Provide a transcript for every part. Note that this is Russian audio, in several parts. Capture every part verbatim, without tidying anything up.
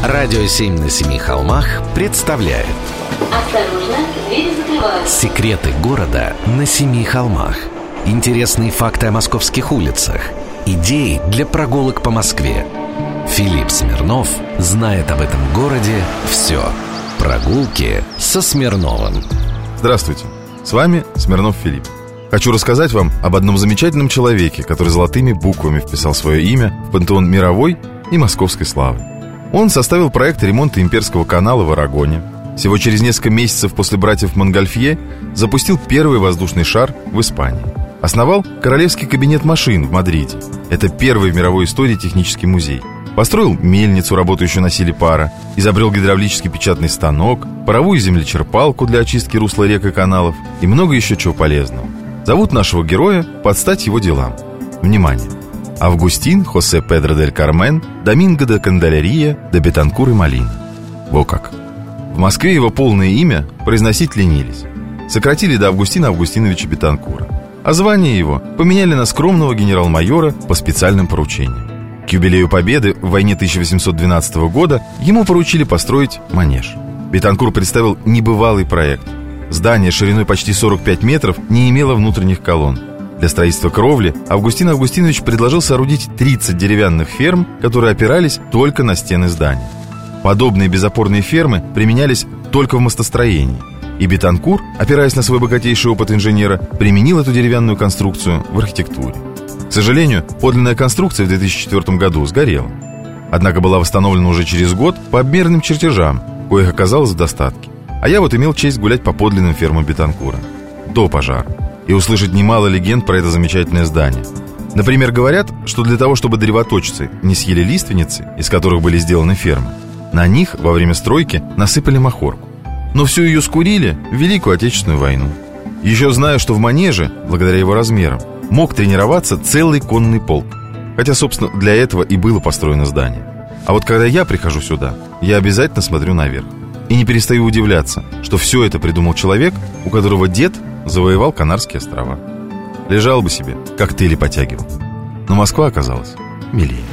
Радио семь на семи холмах представляет. Осторожно, двери закрываются. Секреты города на семи холмах. Интересные факты о московских улицах. Идеи для прогулок по Москве. Филипп Смирнов знает об этом городе все. Прогулки со Смирновым. Здравствуйте, с вами Смирнов Филипп. Хочу рассказать вам об одном замечательном человеке, который золотыми буквами вписал свое имя в пантеон мировой и московской славы. Он составил проект ремонта Имперского канала в Арагоне. Всего через несколько месяцев после братьев Монгольфье запустил первый воздушный шар в Испании. Основал Королевский кабинет машин в Мадриде. Это первый в мировой истории технический музей. Построил мельницу, работающую на силе пара. Изобрел гидравлический печатный станок, паровую землечерпалку для очистки русла рек и каналов и много еще чего полезного. Зовут нашего героя под стать его делам. Внимание! Августин Хосе Педро дель Кармен Доминго де Канделярия де Бетанкур и Молин. Во как! В Москве его полное имя произносить ленились. Сократили до Августина Августиновича Бетанкура. А звание его поменяли на скромного генерал-майора по специальным поручениям. К юбилею Победы в войне тысяча восемьсот двенадцатого года ему поручили построить манеж. Бетанкур представил небывалый проект. Здание шириной почти сорок пять метров не имело внутренних колонн. Для строительства кровли Августин Августинович предложил соорудить тридцать деревянных ферм, которые опирались только на стены здания. Подобные безопорные фермы применялись только в мостостроении. И Бетанкур, опираясь на свой богатейший опыт инженера, применил эту деревянную конструкцию в архитектуре. К сожалению, подлинная конструкция в две тысячи четвёртом году сгорела. Однако была восстановлена уже через год по обмерным чертежам, коих оказалось в достатке. А я вот имел честь гулять по подлинным фермам Бетанкура до пожара и услышать немало легенд про это замечательное здание. Например, говорят, что для того, чтобы древоточцы не съели лиственницы, из которых были сделаны фермы, на них во время стройки насыпали махорку. Но всю ее скурили в Великую Отечественную войну. Еще знаю, что в манеже, благодаря его размерам, мог тренироваться целый конный полк. Хотя, собственно, для этого и было построено здание. А вот когда я прихожу сюда, я обязательно смотрю наверх. И не перестаю удивляться, что все это придумал человек, у которого дед завоевал Канарские острова. Лежал бы себе, коктейли потягивал. Но Москва оказалась милее.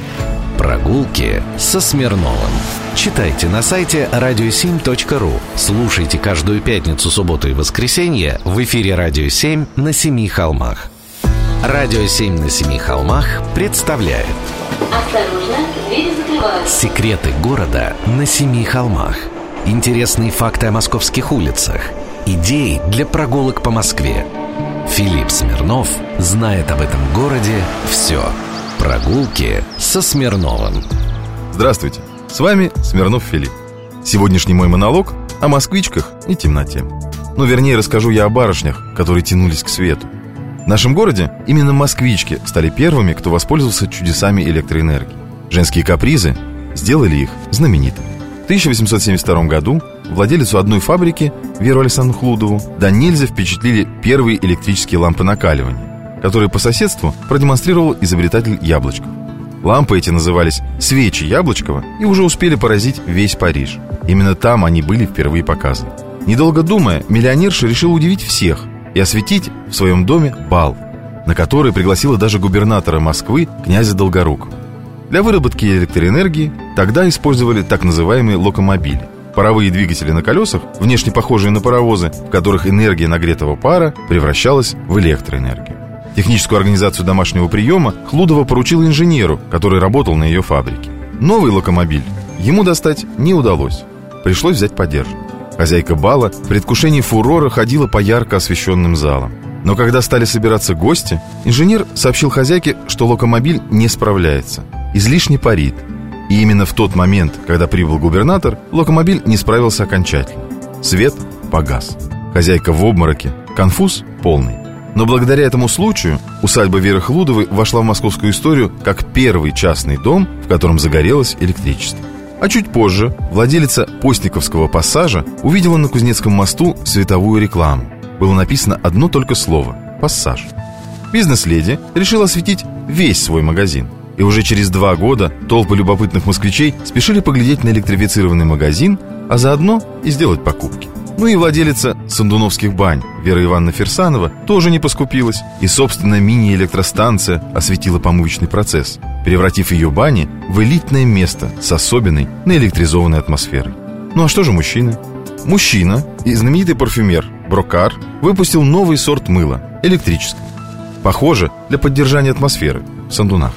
Прогулки со Смирновым. Читайте на сайте радио семь точка ру. Слушайте каждую пятницу, субботу и воскресенье в эфире «Радио семь» на семи холмах. «Радио семь» на семи холмах представляет. Осторожно, двери закрываются. Секреты города на семи холмах. Интересные факты о московских улицах. Идеи для прогулок по Москве. Филипп Смирнов знает об этом городе все. Прогулки со Смирновым. Здравствуйте, с вами Смирнов Филипп. Сегодняшний мой монолог о москвичках и темноте. Ну, вернее, расскажу я о барышнях, которые тянулись к свету. В нашем городе именно москвички стали первыми, кто воспользовался чудесами электроэнергии. Женские капризы сделали их знаменитыми. В тысяча восемьсот семьдесят втором году владелицу одной фабрики, Веру Александровну Хлудову, да нельзя впечатлили первые электрические лампы накаливания, которые по соседству продемонстрировал изобретатель Яблочков. Лампы эти назывались «Свечи Яблочкова» и уже успели поразить весь Париж. Именно там они были впервые показаны. Недолго думая, миллионерша решила удивить всех и осветить в своем доме бал, на который пригласила даже губернатора Москвы, князя Долгорукова. Для выработки электроэнергии тогда использовали так называемые локомобили. Паровые двигатели на колесах, внешне похожие на паровозы, в которых энергия нагретого пара превращалась в электроэнергию. Техническую организацию домашнего приема Хлудова поручила инженеру, который работал на ее фабрике. Новый локомобиль ему достать не удалось. Пришлось взять подержанный. Хозяйка бала в предвкушении фурора ходила по ярко освещенным залам. Но когда стали собираться гости, инженер сообщил хозяйке, что локомобиль не справляется, излишне парит. И именно в тот момент, когда прибыл губернатор, локомобиль не справился окончательно. Свет погас. Хозяйка в обмороке, конфуз полный. Но благодаря этому случаю усадьба Веры Хлудовой вошла в московскую историю как первый частный дом, в котором загорелось электричество. А чуть позже владелица Постниковского пассажа увидела на Кузнецком мосту световую рекламу. Было написано одно только слово – «Пассаж». Бизнес-леди решила осветить весь свой магазин. И уже через два года толпы любопытных москвичей спешили поглядеть на электрифицированный магазин, а заодно и сделать покупки. Ну и владелица Сандуновских бань Вера Ивановна Фирсанова тоже не поскупилась, и собственная мини-электростанция осветила помывочный процесс, превратив ее бани в элитное место с особенной наэлектризованной атмосферой. Ну а что же мужчины? Мужчина и знаменитый парфюмер Брокар выпустил новый сорт мыла – электрическое. Похоже, для поддержания атмосферы в сандунах.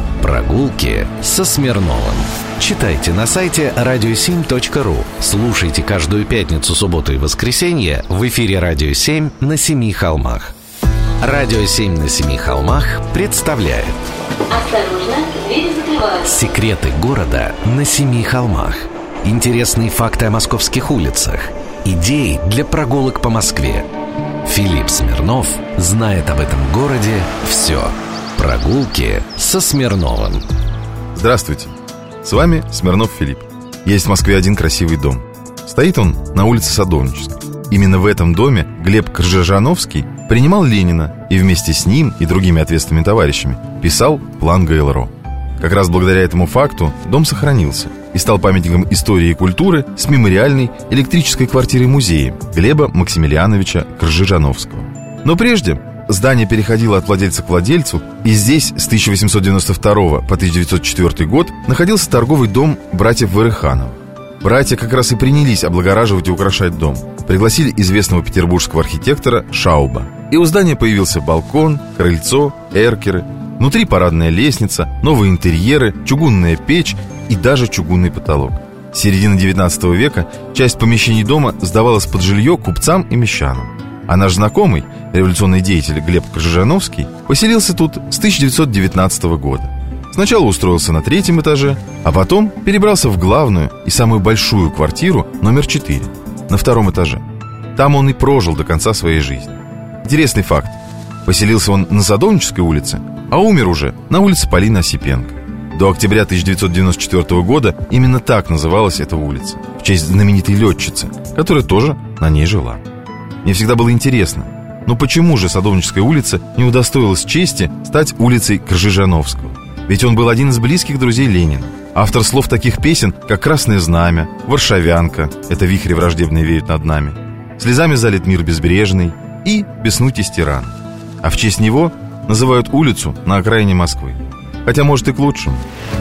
Прогулки со Смирновым. Читайте на сайте радио семь точка ру. Слушайте каждую пятницу, субботу и воскресенье в эфире «Радио семь» на Семи холмах. «Радио семь» на Семи холмах представляет Осторожно, двери закрываются. секреты города на Семи холмах. Интересные факты о московских улицах. Идеи для прогулок по Москве. Филипп Смирнов знает об этом городе все. Прогулки со Смирновым. Здравствуйте, с вами Смирнов Филипп. Есть в Москве один красивый дом. Стоит он на улице Садовнической. Именно в этом доме Глеб Кржижановский принимал Ленина и вместе с ним и другими ответственными товарищами писал план гэ эл эр о. Как раз благодаря этому факту дом сохранился и стал памятником истории и культуры с мемориальной электрической квартирой-музеем Глеба Максимилиановича Кржижановского. Но прежде здание переходило от владельца к владельцу, и здесь с тысяча восемьсот девяносто второго по тысяча девятьсот четвёртый год находился торговый дом братьев Вырыхановых. Братья как раз и принялись облагораживать и украшать дом. Пригласили известного петербургского архитектора Шауба. И у здания появился балкон, крыльцо, эркеры. Внутри парадная лестница, новые интерьеры, чугунная печь и даже чугунный потолок. С середины девятнадцатого века часть помещений дома сдавалась под жилье купцам и мещанам. А наш знакомый, революционный деятель Глеб Кржижановский, поселился тут с тысяча девятьсот девятнадцатого года. Сначала устроился на третьем этаже, а потом перебрался в главную и самую большую квартиру номер четыре, на втором этаже. Там он и прожил до конца своей жизни. Интересный факт. Поселился он на Садовнической улице, а умер уже на улице Полины Осипенко. До октября тысяча девятьсот девяносто четвёртого года именно так называлась эта улица, в честь знаменитой летчицы, которая тоже на ней жила. Мне всегда было интересно, но почему же Садовническая улица не удостоилась чести стать улицей Кржижановского? Ведь он был один из близких друзей Ленина. Автор слов таких песен, как «Красное знамя», «Варшавянка», «Это вихри враждебные веют над нами», «Слезами залит мир безбрежный» и «Беснуйтесь, тиран». А в честь него называют улицу на окраине Москвы. Хотя, может, и к лучшему.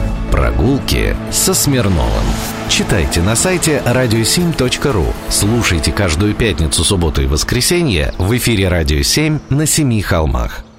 Прогулки со Смирновым. Читайте на сайте радио семь точка ру. Слушайте каждую пятницу, субботу и воскресенье в эфире «Радио семь» на Семи холмах.